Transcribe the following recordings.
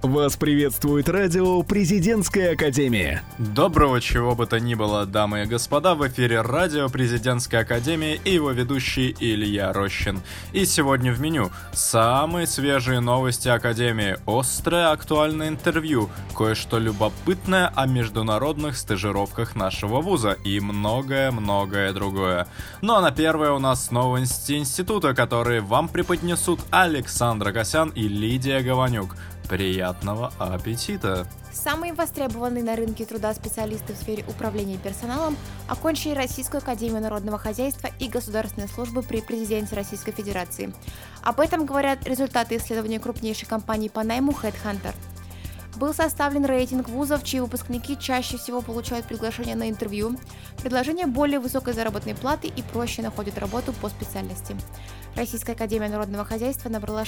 Вас приветствует радио «Президентская академия». Доброго чего бы то ни было, дамы и господа, в эфире радио «Президентская академия» и его ведущий Илья Рощин. И сегодня в меню самые свежие новости Академии, острое актуальное интервью, кое-что любопытное о международных стажировках нашего вуза и многое-многое другое. Ну а на первое у нас новости института, которые вам преподнесут Александра Косян и Лидия Гованюк. Приятного аппетита! Самые востребованные на рынке труда специалисты в сфере управления персоналом окончили Российскую академию народного хозяйства и государственной службы при президенте Российской Федерации. Об этом говорят результаты исследования крупнейшей компании по найму HeadHunter. Был составлен рейтинг вузов, чьи выпускники чаще всего получают приглашение на интервью, предложение более высокой заработной платы и проще находят работу по специальности. Российская академия народного хозяйства набрала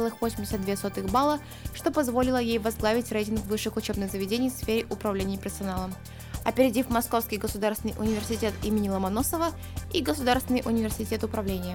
6,82 балла, что позволило ей возглавить рейтинг высших учебных заведений в сфере управления персоналом, опередив Московский государственный университет имени Ломоносова и Государственный университет управления.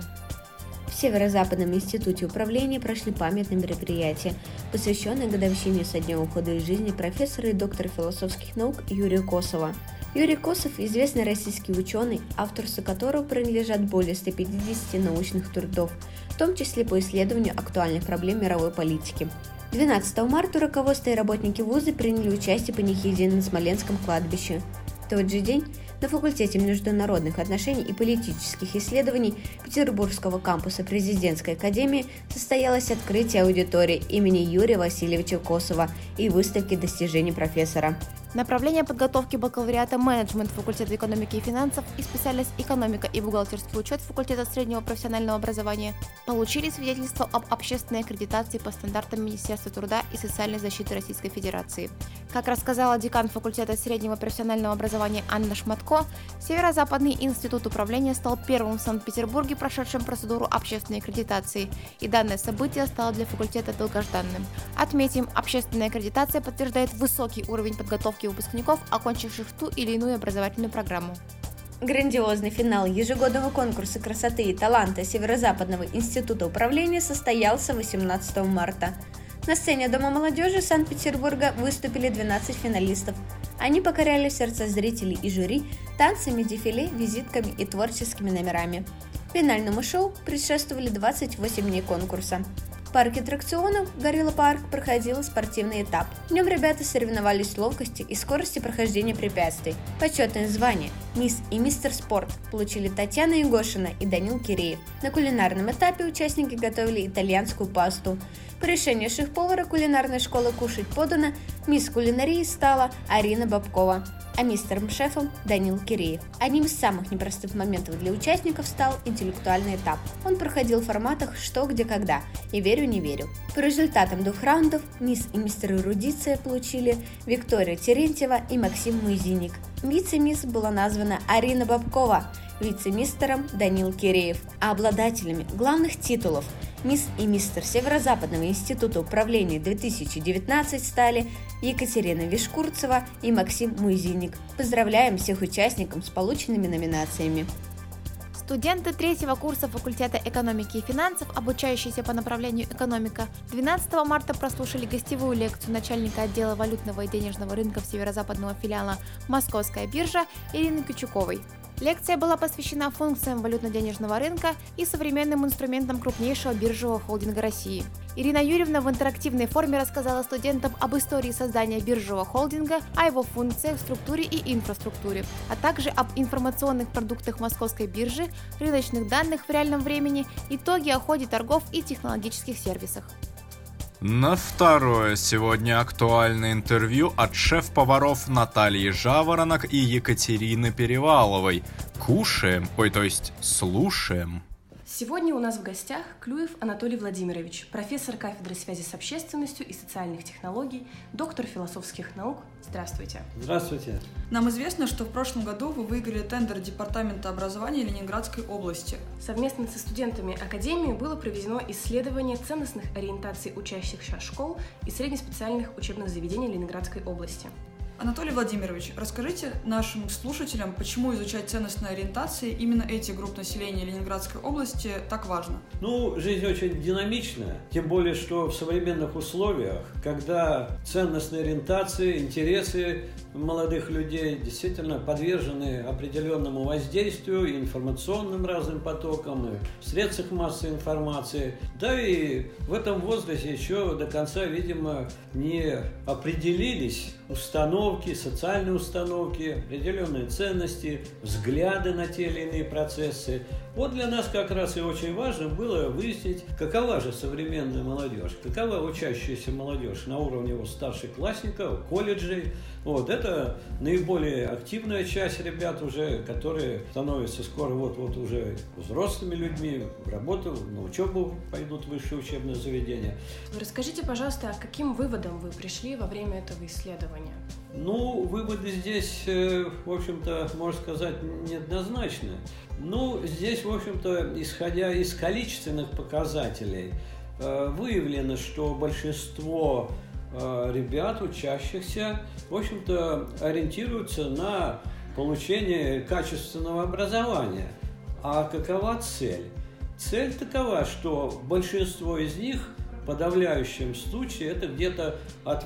В Северо-Западном институте управления прошли памятные мероприятия, посвященные годовщине со дня ухода из жизни профессора и доктора философских наук Юрия Косова. Юрий Косов – известный российский ученый, авторству которого принадлежат более 150 научных трудов, в том числе по исследованию актуальных проблем мировой политики. 12 марта руководство и работники вуза приняли участие в панихиде на Смоленском кладбище. В тот же день на факультете международных отношений и политических исследований Петербургского кампуса Президентской академии состоялось открытие аудитории имени Юрия Васильевича Косова и выставки достижений профессора. Направление подготовки бакалавриата менеджмент факультета экономики и финансов и специальность экономика и бухгалтерский учет факультета среднего профессионального образования получили свидетельство об общественной аккредитации по стандартам Министерства труда и социальной защиты Российской Федерации. Как рассказала декан факультета среднего профессионального образования Анна Шматко, Северо-Западный институт управления стал первым в Санкт-Петербурге, прошедшим процедуру общественной аккредитации, и данное событие стало для факультета долгожданным. Отметим, общественная аккредитация подтверждает высокий уровень подготовки выпускников, окончивших ту или иную образовательную программу. Грандиозный финал ежегодного конкурса красоты и таланта Северо-Западного института управления состоялся 18 марта. На сцене Дома молодежи Санкт-Петербурга выступили 12 финалистов. Они покоряли сердца зрителей и жюри танцами, дефиле, визитками и творческими номерами. Финальному шоу предшествовали 28 дней конкурса. В парке аттракционов «Горилла Парк» проходил спортивный этап. В нем ребята соревновались в ловкости и скорости прохождения препятствий. Почетное звание «Мисс и Мистер Спорт» получили Татьяна Егошина и Данил Киреев. На кулинарном этапе участники готовили итальянскую пасту. По решению шеф-повара кулинарной школы «Кушать подано» мисс кулинарии стала Арина Бабкова, а мистером-шефом Данил Киреев. Одним из самых непростых моментов для участников стал интеллектуальный этап. Он проходил в форматах «Что, где, когда» и «Верю, не верю». По результатам 2 раундов мисс и мистер эрудиция получили Виктория Терентьева и Максим Муйзинник. Вице-мисс была названа Арина Бабкова, вице-мистером Данил Киреев, а обладателями главных титулов «Мисс и мистер Северо-Западного института управления 2019» стали Екатерина Вишкурцева и Максим Муйзинник. Поздравляем всех участников с полученными номинациями. Студенты 3-го курса факультета экономики и финансов, обучающиеся по направлению экономика, 12 марта прослушали гостевую лекцию начальника отдела валютного и денежного рынков северо-западного филиала «Московская биржа» Ирины Кючуковой. Лекция была посвящена функциям валютно-денежного рынка и современным инструментам крупнейшего биржевого холдинга России. Ирина Юрьевна в интерактивной форме рассказала студентам об истории создания биржевого холдинга, о его функциях, структуре и инфраструктуре, а также об информационных продуктах Московской биржи, рыночных данных в реальном времени, итоге о ходе торгов и технологических сервисах. На второе сегодня актуальное интервью от шеф-поваров Натальи Жаворонок и Екатерины Переваловой. Слушаем. Сегодня у нас в гостях Клюев Анатолий Владимирович, профессор кафедры связи с общественностью и социальных технологий, доктор философских наук. Здравствуйте. Здравствуйте. Нам известно, что в прошлом году вы выиграли тендер Департамента образования Ленинградской области. Совместно со студентами Академии было проведено исследование ценностных ориентаций учащихся школ и среднеспециальных учебных заведений Ленинградской области. Анатолий Владимирович, расскажите нашим слушателям, почему изучать ценностные ориентации именно эти группы населения Ленинградской области так важно? Жизнь очень динамичная, тем более, что в современных условиях, когда ценностные ориентации, интересы молодых людей действительно подвержены определенному воздействию и информационным разным потокам, и в средствах массовой информации, да и в этом возрасте еще до конца, видимо, не определились установки, социальные установки, определенные ценности, взгляды на те или иные процессы. Вот для нас как раз и очень важно было выяснить, какова же современная молодежь, какова учащаяся молодежь на уровне старшеклассников, колледжей. Это наиболее активная часть ребят уже, которые становятся скоро уже взрослыми людьми, в работу, на учебу пойдут в высшее учебное заведение. Расскажите, пожалуйста, а к каким выводам вы пришли во время этого исследования? Выводы здесь, в общем-то, можно сказать, неоднозначны. Здесь, в общем-то, исходя из количественных показателей, выявлено, что большинство ребят, учащихся, в общем-то, ориентируются на получение качественного образования. А какова цель? Цель такова, что большинство из них в подавляющем случае, это где-то от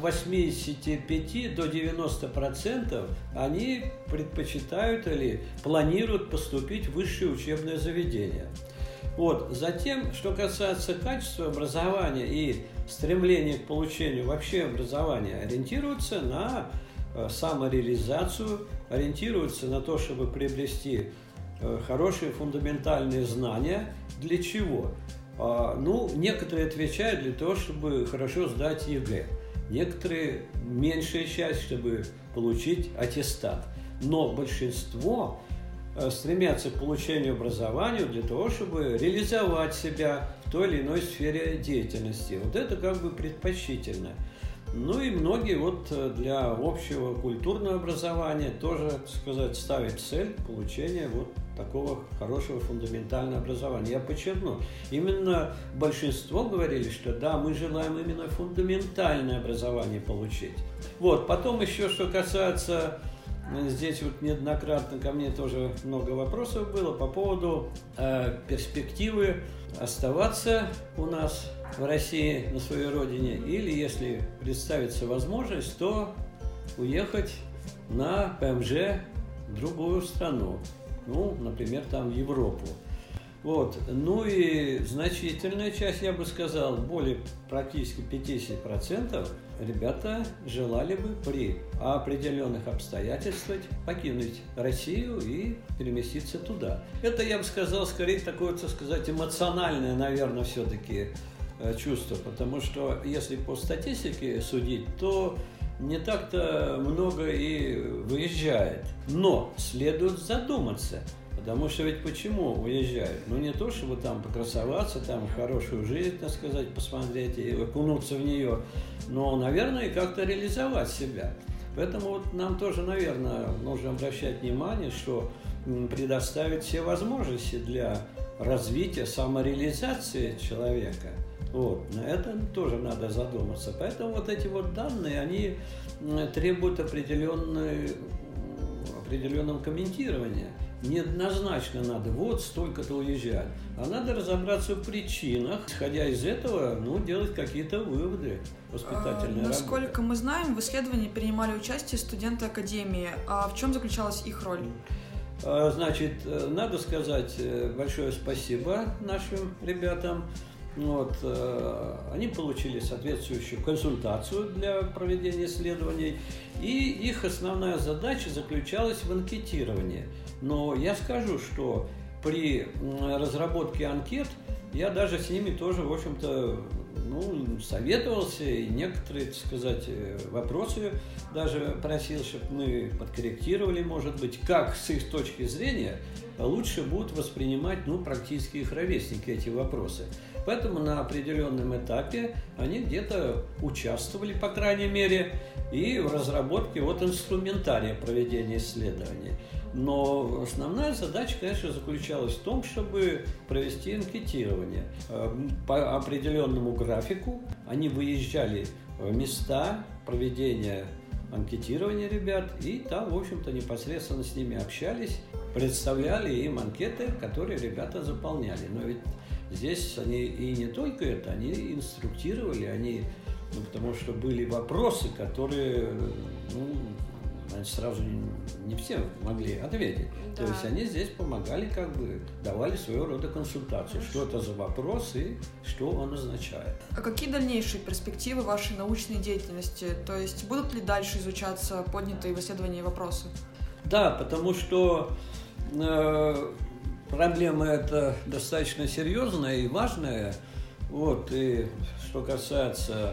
85 до 90%, они предпочитают или планируют поступить в высшее учебное заведение. Затем, что касается качества образования и стремления к получению вообще образования, ориентируются на самореализацию, ориентируются на то, чтобы приобрести хорошие фундаментальные знания. Для чего? Некоторые отвечают для того, чтобы хорошо сдать ЕГЭ. Некоторые, меньшая часть, чтобы получить аттестат. Но большинство стремятся к получению образования для того, чтобы реализовать себя в той или иной сфере деятельности. Это предпочтительно. И многие для общего культурного образования тоже, ставят цель получения такого хорошего фундаментального образования. Я подчеркну, именно большинство говорили, что да, мы желаем именно фундаментальное образование получить. Потом еще, что касается, здесь неоднократно ко мне тоже много вопросов было по поводу перспективы оставаться у нас в России, на своей родине, или, если представится возможность, то уехать на ПМЖ в другую страну, например, в Европу. И значительная часть, я бы сказал, более практически 50%, ребята желали бы при определенных обстоятельствах покинуть Россию и переместиться туда. Это, я бы сказал, скорее такое, эмоциональное, наверное, все-таки чувство, потому что, если по статистике судить, то не так-то много и выезжает. Но следует задуматься, потому что ведь почему уезжают? Не то, чтобы там покрасоваться, там хорошую жизнь, посмотреть и окунуться в нее, но, наверное, как-то реализовать себя. Поэтому нам тоже, наверное, нужно обращать внимание, что предоставить все возможности для развития, самореализации человека. На это тоже надо задуматься. Поэтому эти данные, они требуют определенного комментирования. Неоднозначно надо столько-то уезжать, а надо разобраться в причинах, исходя из этого, делать какие-то выводы, воспитательные работы. Насколько мы знаем, в исследовании принимали участие студенты академии. А в чем заключалась их роль? Надо сказать большое спасибо нашим ребятам. Они получили соответствующую консультацию для проведения исследований, и их основная задача заключалась в анкетировании. Но я скажу, что при разработке анкет я даже с ними тоже, в общем-то, советовался, и некоторые, вопросы даже просил, чтобы мы подкорректировали, может быть, как с их точки зрения лучше будут воспринимать, практически их ровесники эти вопросы. Поэтому на определенном этапе они где-то участвовали, по крайней мере, и в разработке инструментария проведения исследований. Но основная задача, конечно, заключалась в том, чтобы провести анкетирование. По определенному графику они выезжали в места проведения анкетирование ребят, и там, в общем-то, непосредственно с ними общались, представляли им анкеты, которые ребята заполняли. Но ведь здесь они и не только это, они инструктировали, потому что были вопросы, которые сразу не все могли ответить. Да. То есть они здесь помогали, давали своего рода консультацию, что это за вопрос и что он означает. А какие дальнейшие перспективы вашей научной деятельности? То есть будут ли дальше изучаться поднятые в исследовании вопросы? Да, потому что проблема эта достаточно серьезная и важная. И что касается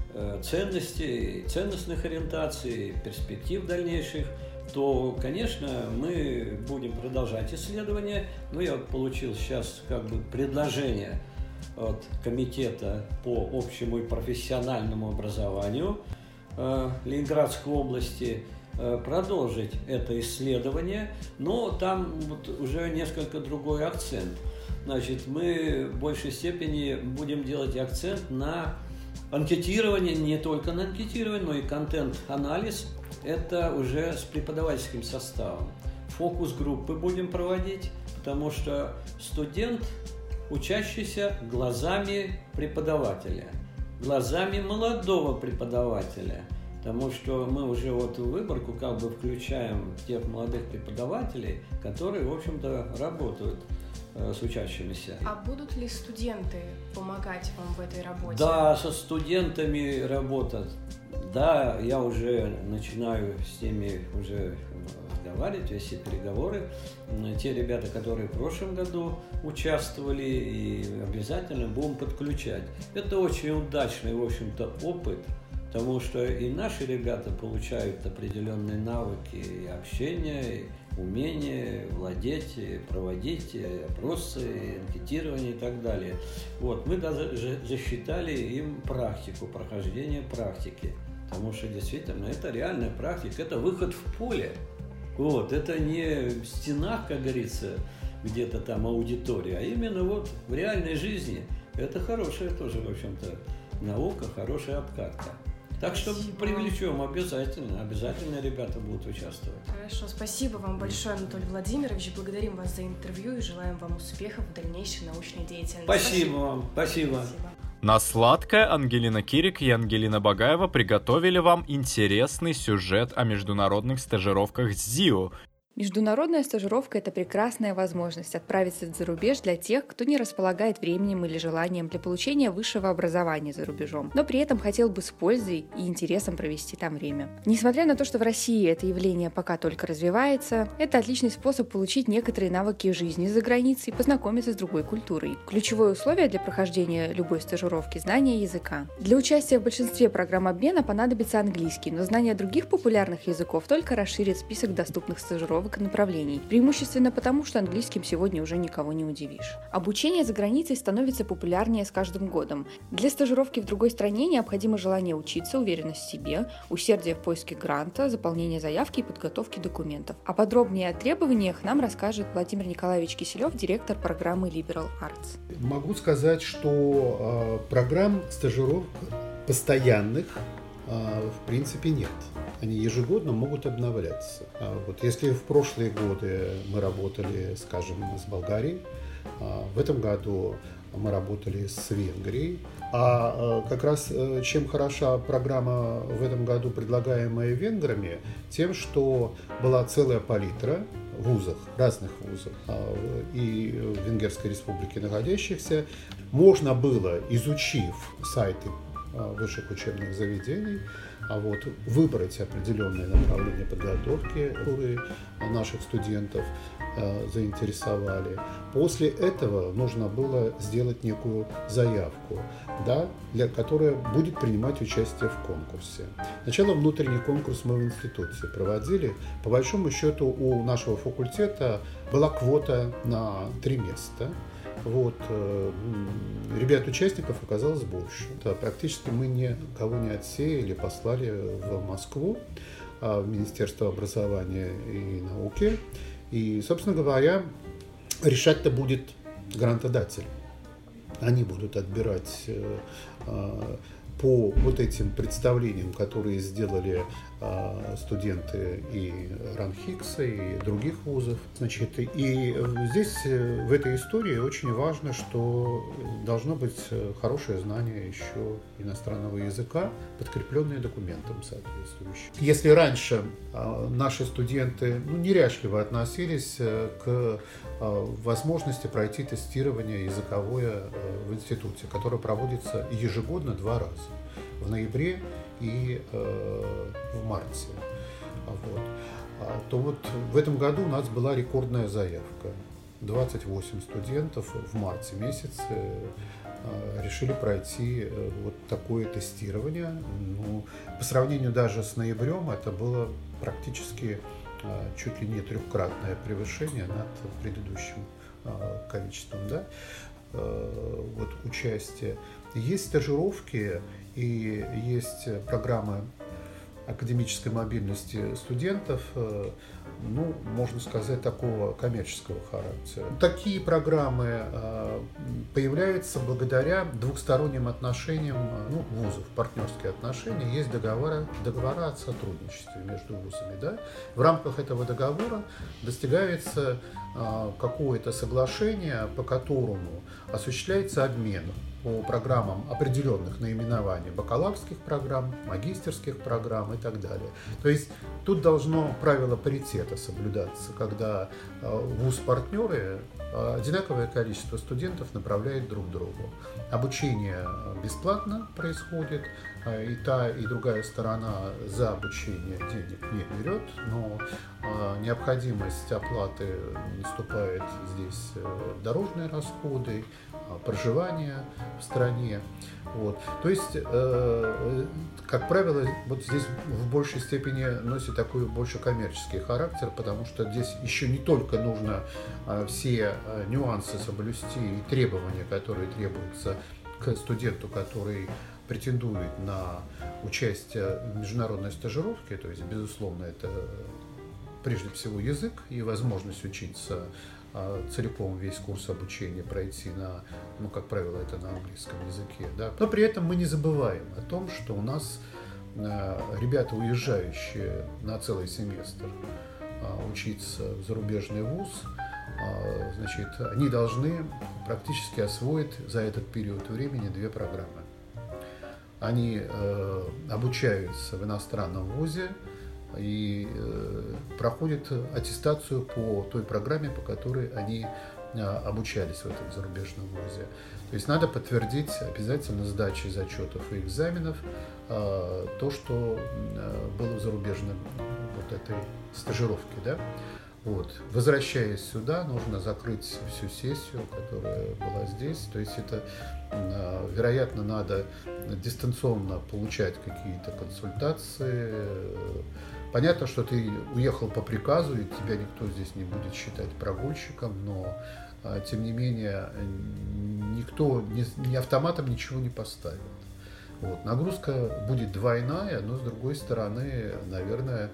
ценностей, ценностных ориентаций, перспектив дальнейших, то, конечно, мы будем продолжать исследования. Я получил сейчас предложение от Комитета по общему и профессиональному образованию Ленинградской области продолжить это исследование, но там уже несколько другой акцент. Значит, мы в большей степени будем делать акцент на анкетирование, не только на анкетирование, но и контент-анализ. Это уже с преподавательским составом. Фокус-группы будем проводить, потому что студент, учащийся глазами преподавателя, глазами молодого преподавателя, потому что мы уже в выборку включаем тех молодых преподавателей, которые, в общем-то, работают с учащимися. А будут ли студенты помогать вам в этой работе? Да, со студентами работать. Да, я уже начинаю с ними уже разговаривать, вести переговоры. Те ребята, которые в прошлом году участвовали, и обязательно будем подключать. Это очень удачный, в общем-то, опыт, потому что и наши ребята получают определенные навыки и общения, и умение владеть, проводить опросы, анкетирование и так далее. Мы даже засчитали им практику, прохождение практики, потому что действительно это реальная практика, это выход в поле. Это не в стенах, как говорится, где-то там аудитория, а именно в реальной жизни. Это хорошая тоже, в общем-то, наука, хорошая обкатка. Так что привлечем обязательно ребята будут участвовать. Хорошо, спасибо вам большое, Анатолий Владимирович. Благодарим вас за интервью и желаем вам успехов в дальнейшей научной деятельности. Спасибо вам, спасибо. На сладкое Ангелина Кирик и Ангелина Багаева приготовили вам интересный сюжет о международных стажировках ЗИО. Международная стажировка – это прекрасная возможность отправиться за рубеж для тех, кто не располагает временем или желанием для получения высшего образования за рубежом, но при этом хотел бы с пользой и интересом провести там время. Несмотря на то, что в России это явление пока только развивается, это отличный способ получить некоторые навыки жизни за границей и познакомиться с другой культурой. Ключевое условие для прохождения любой стажировки – знание языка. Для участия в большинстве программ обмена понадобится английский, но знание других популярных языков только расширит список доступных стажировок и направлений, преимущественно потому, что английским сегодня уже никого не удивишь. Обучение за границей становится популярнее с каждым годом. Для стажировки в другой стране необходимо желание учиться, уверенность в себе, усердие в поиске гранта, заполнение заявки и подготовки документов. А подробнее о требованиях нам расскажет Владимир Николаевич Киселев, директор программы Liberal Arts. Могу сказать, что программ стажировок постоянных в принципе нет. Они ежегодно могут обновляться. Если в прошлые годы мы работали, скажем, с Болгарией, в этом году мы работали с Венгрией. А как раз чем хороша программа в этом году, предлагаемая венграми, тем, что была целая палитра вузов, разных вузов, и в Венгерской республике находящихся, можно было, изучив сайты высших учебных заведений, выбрать определенные направления подготовки, которые наших студентов заинтересовали. После этого нужно было сделать некую заявку, которая будет принимать участие в конкурсе. Сначала внутренний конкурс мы в институте проводили. По большому счету у нашего факультета была квота на 3 места. Ребят-участников оказалось больше. Практически мы никого не отсеяли, послали в Москву, в Министерство образования и науки. И, собственно говоря, решать-то будет грантодатель. Они будут отбирать по вот этим представлениям, которые сделали студенты и РАНХИКСа, и других вузов. Значит, и здесь, в этой истории, очень важно, что должно быть хорошее знание еще иностранного языка, подкрепленное документом соответствующим. Если раньше наши студенты неряшливо относились к возможности пройти тестирование языковое в институте, которое проводится ежегодно 2 раза, в ноябре и в марте. Вот. То вот в этом году у нас была рекордная заявка. 28 студентов в марте месяце решили пройти вот такое тестирование. Ну, по сравнению даже с ноябрем это было практически чуть ли не 3-кратное превышение над предыдущим количеством, да, вот, участия. Есть стажировки и есть программы академической мобильности студентов, ну, можно сказать, такого коммерческого характера. Такие программы появляются благодаря двухсторонним отношениям, ну, вузов, партнерские отношения, есть договора о сотрудничестве между вузами, да? В рамках этого договора достигается какое-то соглашение, по которому осуществляется обмен по программам определенных наименований бакалаврских программ, магистерских программ и так далее. То есть тут должно правило паритета соблюдаться, когда вуз-партнеры одинаковое количество студентов направляют друг к другу. Обучение бесплатно происходит, и та, и другая сторона за обучение денег не берет, но необходимость оплаты наступает здесь дорожные расходы, проживание в стране. Вот. То есть, как правило, вот здесь в большей степени носит такой больше коммерческий характер, потому что здесь еще не только нужно все нюансы соблюсти и требования, которые требуются к студенту, который претендует на участие в международной стажировке, то есть, безусловно, это прежде всего язык и возможность учиться целиком весь курс обучения пройти на, ну, как правило, это на английском языке, да. Но при этом мы не забываем о том, что у нас ребята, уезжающие на целый семестр учиться в зарубежный вуз, значит, они должны практически освоить за этот период времени 2 программы. Они обучаются в иностранном вузе и проходят аттестацию по той программе, по которой они обучались в этом зарубежном вузе. То есть надо подтвердить обязательно сдачей зачетов и экзаменов то, что было в зарубежном вот этой стажировке, да? Вот. Возвращаясь сюда, нужно закрыть всю сессию, которая была здесь. То есть это, вероятно, надо дистанционно получать какие-то консультации. Понятно, что ты уехал по приказу, и тебя никто здесь не будет считать прогульщиком, но, тем не менее, никто ни автоматом ничего не поставит. Вот. Нагрузка будет двойная, но, с другой стороны, наверное,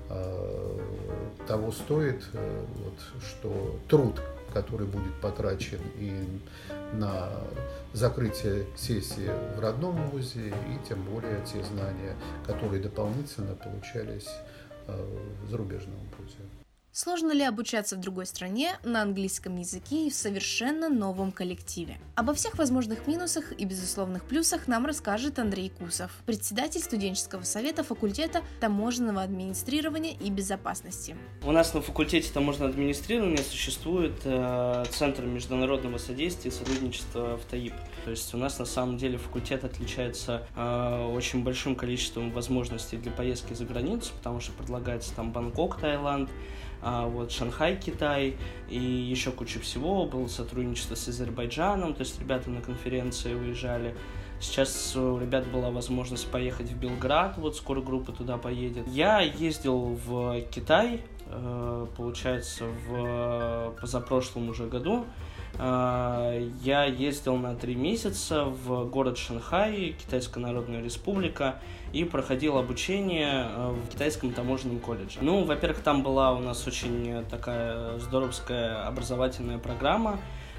того стоит, вот, что труд, который будет потрачен и на закрытие сессии в родном вузе, и тем более те знания, которые дополнительно получались в зарубежном вузе. Сложно ли обучаться в другой стране на английском языке и в совершенно новом коллективе? Обо всех возможных минусах и безусловных плюсах нам расскажет Андрей Кусов, председатель студенческого совета факультета таможенного администрирования и безопасности. У нас на факультете таможенного администрирования существует Центр международного содействия и сотрудничества в ТАИП. То есть у нас на самом деле факультет отличается очень большим количеством возможностей для поездки за границу, потому что предлагается там Бангкок, Таиланд, вот Шанхай, Китай и еще куча всего. Было сотрудничество с Азербайджаном, то есть ребята на конференции уезжали. Сейчас у ребят была возможность поехать в Белград, вот скоро группа туда поедет. Я ездил в Китай, получается, в позапрошлом уже году. Я ездил на 3 месяца в город Шанхай, Китайская Народная Республика, и проходил обучение в китайском таможенном колледже. Ну, во-первых, там была у нас очень такая здоровская образовательная программа.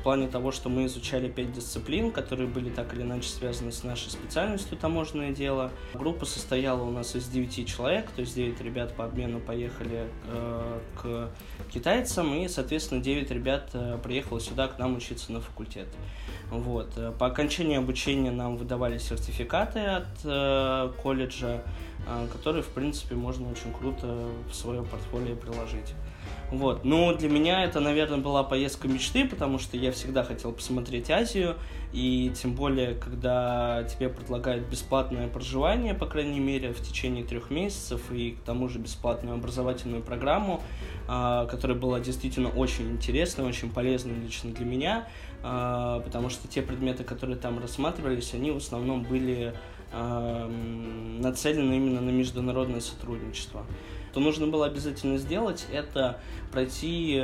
плане того, что мы изучали 5 дисциплин, которые были так или иначе связаны с нашей специальностью «Таможенное дело». Группа состояла у нас из 9 человек, то есть 9 ребят по обмену поехали к китайцам, и, соответственно, 9 ребят приехало сюда к нам учиться на факультет. Вот. По окончании обучения нам выдавали сертификаты от колледжа, которые, в принципе, можно очень круто в свое портфолио приложить. Вот. Ну, для меня это, наверное, была поездка мечты, потому что я всегда хотел посмотреть Азию, и тем более, когда тебе предлагают бесплатное проживание, по крайней мере, в течение 3 месяцев, и к тому же бесплатную образовательную программу, которая была действительно очень интересной, очень полезной лично для меня, потому что те предметы, которые там рассматривались, они в основном были нацелены именно на международное сотрудничество. Что нужно было обязательно сделать, это пройти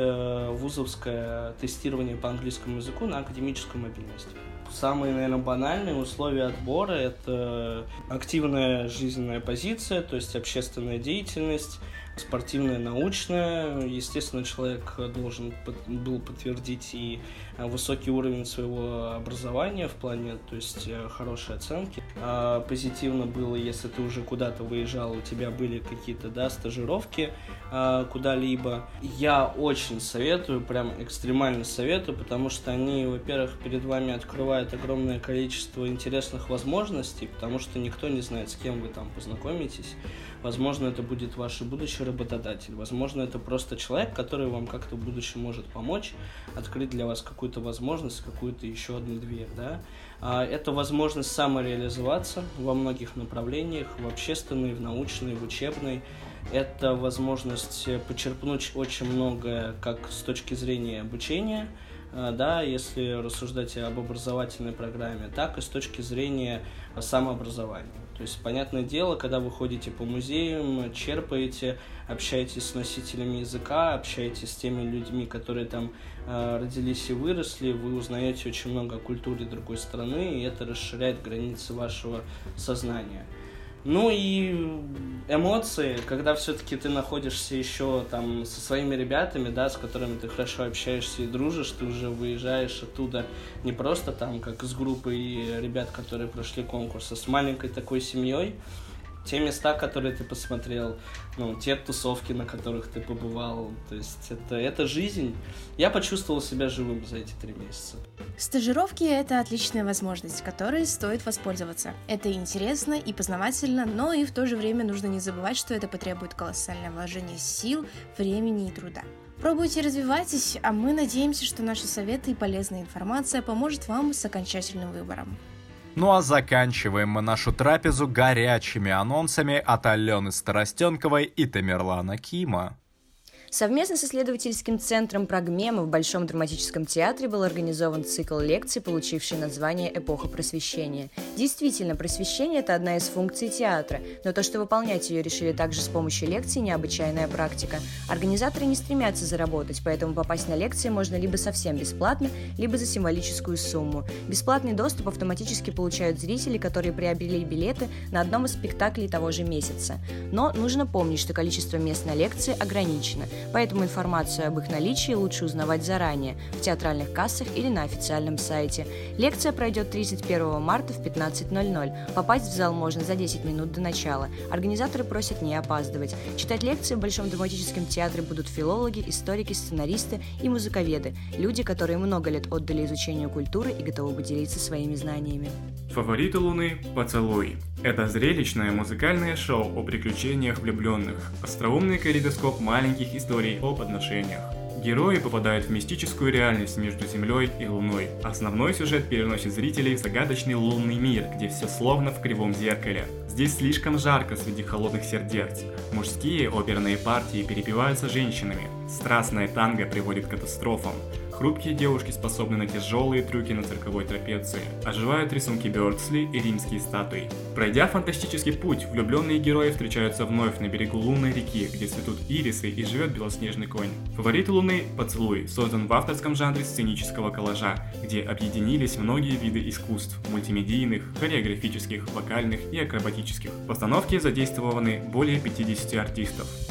вузовское тестирование по английскому языку на академическую мобильность. Самые, наверное, банальные условия отбора – это активная жизненная позиция, то есть общественная деятельность, спортивная, научная. Естественно, человек должен был подтвердить и высокий уровень своего образования в плане, то есть хорошие оценки. Позитивно было, если ты уже куда-то выезжал, у тебя были какие-то, стажировки куда-либо. Я очень советую, прям экстремально советую, потому что они, во-первых, перед вами открывают огромное количество интересных возможностей, потому что никто не знает, с кем вы там познакомитесь. Возможно, это будет ваш будущий работодатель. Возможно, это просто человек, который вам как-то в будущем может помочь, открыть для вас какую-то возможность, какую-то еще одну дверь, да. Это возможность самореализоваться во многих направлениях, в общественной, в научной, в учебной. Это возможность почерпнуть очень многое как с точки зрения обучения, да, если рассуждать об образовательной программе, так и с точки зрения самообразования. То есть, понятное дело, когда вы ходите по музеям, черпаете, общаетесь с носителями языка, общаетесь с теми людьми, которые там родились и выросли, вы узнаете очень много о культуре другой страны, и это расширяет границы вашего сознания. Ну и эмоции, когда все-таки ты находишься еще там со своими ребятами, да, с которыми ты хорошо общаешься и дружишь, ты уже выезжаешь оттуда не просто там, как с группой ребят, которые прошли конкурс, а с маленькой такой семьей. Те места, которые ты посмотрел, те тусовки, на которых ты побывал, то есть это жизнь. Я почувствовал себя живым за эти 3 месяца. Стажировки – это отличная возможность, которой стоит воспользоваться. Это интересно и познавательно, но и в то же время нужно не забывать, что это потребует колоссальное вложение сил, времени и труда. Пробуйте, развивайтесь, а мы надеемся, что наши советы и полезная информация поможет вам с окончательным выбором. Ну а заканчиваем мы нашу трапезу горячими анонсами от Алены Старостенковой и Тамерлана Кима. Совместно с исследовательским центром «Прагмема» в Большом драматическом театре был организован цикл лекций, получивший название «Эпоха просвещения». Действительно, просвещение – это одна из функций театра, но то, что выполнять ее решили также с помощью лекций – необычайная практика. Организаторы не стремятся заработать, поэтому попасть на лекции можно либо совсем бесплатно, либо за символическую сумму. Бесплатный доступ автоматически получают зрители, которые приобрели билеты на одном из спектаклей того же месяца. Но нужно помнить, что количество мест на лекции ограничено. Поэтому информацию об их наличии лучше узнавать заранее, в театральных кассах или на официальном сайте. Лекция пройдет 31 марта в 15:00. Попасть в зал можно за 10 минут до начала. Организаторы просят не опаздывать. Читать лекции в Большом драматическом театре будут филологи, историки, сценаристы и музыковеды, люди, которые много лет отдали изучению культуры и готовы поделиться своими знаниями. Фавориты Луны – «Поцелуй». Это зрелищное музыкальное шоу о приключениях влюбленных, остроумный калейдоскоп маленьких историй об отношениях. Герои попадают в мистическую реальность между Землей и Луной. Основной сюжет переносит зрителей в загадочный лунный мир, где все словно в кривом зеркале. Здесь слишком жарко среди холодных сердец. Мужские оперные партии перепеваются женщинами. Страстное танго приводит к катастрофам. Хрупкие девушки способны на тяжелые трюки на цирковой трапеции. Оживают рисунки Бёрдсли и римские статуи. Пройдя фантастический путь, влюбленные герои встречаются вновь на берегу лунной реки, где цветут ирисы и живет белоснежный конь. Фавориты Луны «Поцелуй» создан в авторском жанре сценического коллажа, где объединились многие виды искусств – мультимедийных, хореографических, вокальных и акробатических. В постановке задействованы более 50 артистов.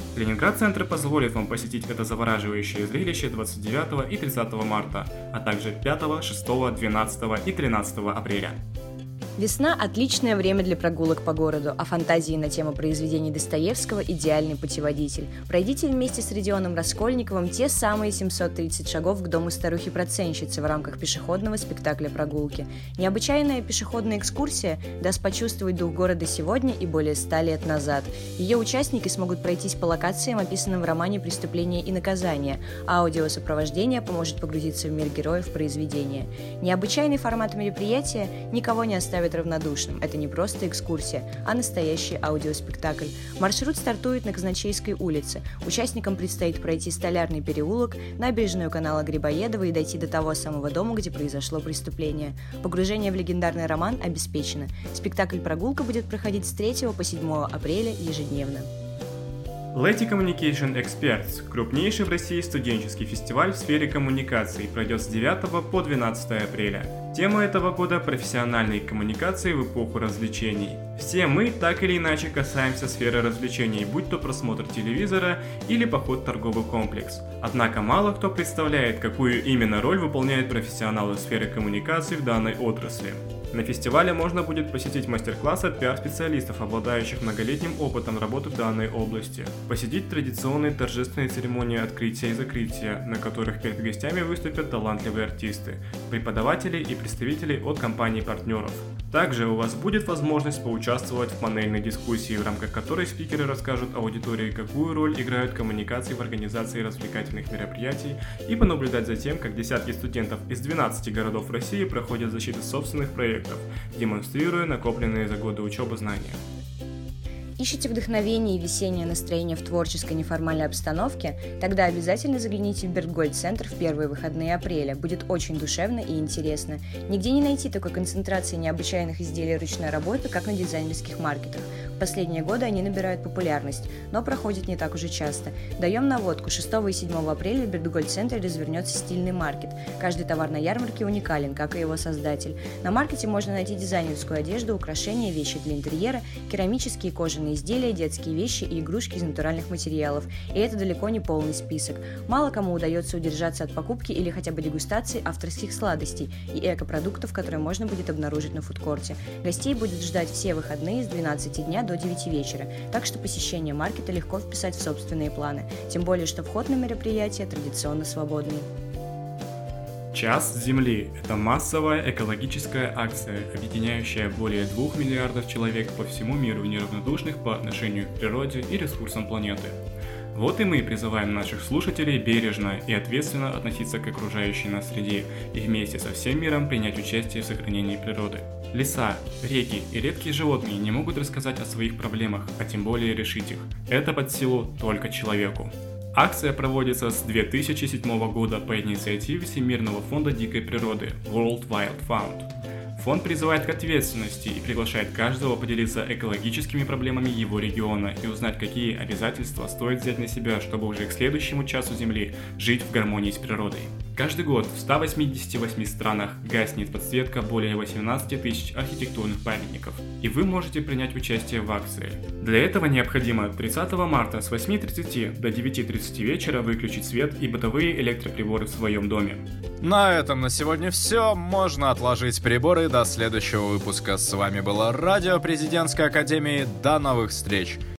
Ленинград-центр позволит вам посетить это завораживающее зрелище 29 и 30 марта, а также 5, 6, 12 и 13 апреля. Весна – отличное время для прогулок по городу, а фантазии на тему произведений Достоевского – идеальный путеводитель. Пройдите вместе с Родионом Раскольниковым те самые 730 шагов к дому старухи-процентщицы в рамках пешеходного спектакля «Прогулки». Необычайная пешеходная экскурсия даст почувствовать дух города сегодня и более 100 лет назад. Ее участники смогут пройтись по локациям, описанным в романе «Преступление и наказание», а аудиосопровождение поможет погрузиться в мир героев произведения. Необычайный формат мероприятия никого не оставит равнодушным. Это не просто экскурсия, а настоящий аудиоспектакль. Маршрут стартует на Казначейской улице. Участникам предстоит пройти Столярный переулок, набережную канала Грибоедова и дойти до того самого дома, где произошло преступление. Погружение в легендарный роман обеспечено. Спектакль «Прогулка» будет проходить с 3 по 7 апреля ежедневно. Leti Communication Experts – крупнейший в России студенческий фестиваль в сфере коммуникаций, пройдет с 9 по 12 апреля. Тема этого года – профессиональные коммуникации в эпоху развлечений. Все мы так или иначе касаемся сферы развлечений, будь то просмотр телевизора или поход в торговый комплекс. Однако мало кто представляет, какую именно роль выполняют профессионалы сферы коммуникаций в данной отрасли. На фестивале можно будет посетить мастер-классы от пиар-специалистов, обладающих многолетним опытом работы в данной области, посетить традиционные торжественные церемонии открытия и закрытия, на которых перед гостями выступят талантливые артисты, преподаватели и представители от компаний-партнеров. Также у вас будет возможность поучаствовать в панельной дискуссии, в рамках которой спикеры расскажут аудитории, какую роль играют коммуникации в организации развлекательных мероприятий, и понаблюдать за тем, как десятки студентов из 12 городов России проходят защиту собственных проектов, демонстрируя накопленные за годы учебы знания. Ищете вдохновение и весеннее настроение в творческой неформальной обстановке? Тогда обязательно загляните в Бертгольд-центр в первые выходные апреля. Будет очень душевно и интересно. Нигде не найти такой концентрации необычайных изделий ручной работы, как на дизайнерских маркетах. В последние годы они набирают популярность, но проходят не так уже часто. Даем наводку. 6 и 7 апреля в Бертгольд-центре развернется стильный маркет. Каждый товар на ярмарке уникален, как и его создатель. На маркете можно найти дизайнерскую одежду, украшения, вещи для интерьера, керамические и кожаные изделия, детские вещи и игрушки из натуральных материалов. И это далеко не полный список. Мало кому удается удержаться от покупки или хотя бы дегустации авторских сладостей и экопродуктов, которые можно будет обнаружить на фудкорте. Гостей будет ждать все выходные с 12 дня до 9 вечера, так что посещение маркета легко вписать в собственные планы. Тем более, что вход на мероприятие традиционно свободный. Час Земли – это массовая экологическая акция, объединяющая более 2 миллиардов человек по всему миру, неравнодушных по отношению к природе и ресурсам планеты. Вот и мы призываем наших слушателей бережно и ответственно относиться к окружающей нас среде и вместе со всем миром принять участие в сохранении природы. Леса, реки и редкие животные не могут рассказать о своих проблемах, а тем более решить их. Это под силу только человеку. Акция проводится с 2007 года по инициативе Всемирного фонда дикой природы World Wild Fund. Фонд призывает к ответственности и приглашает каждого поделиться экологическими проблемами его региона и узнать, какие обязательства стоит взять на себя, чтобы уже к следующему часу Земли жить в гармонии с природой. Каждый год в 188 странах гаснет подсветка более 18 тысяч архитектурных памятников, и вы можете принять участие в акции. Для этого необходимо 30 марта с 8:30 до 9:30 вечера выключить свет и бытовые электроприборы в своем доме. На этом на сегодня все. Можно отложить приборы до следующего выпуска. С вами было Радио Президентской Академии. До новых встреч!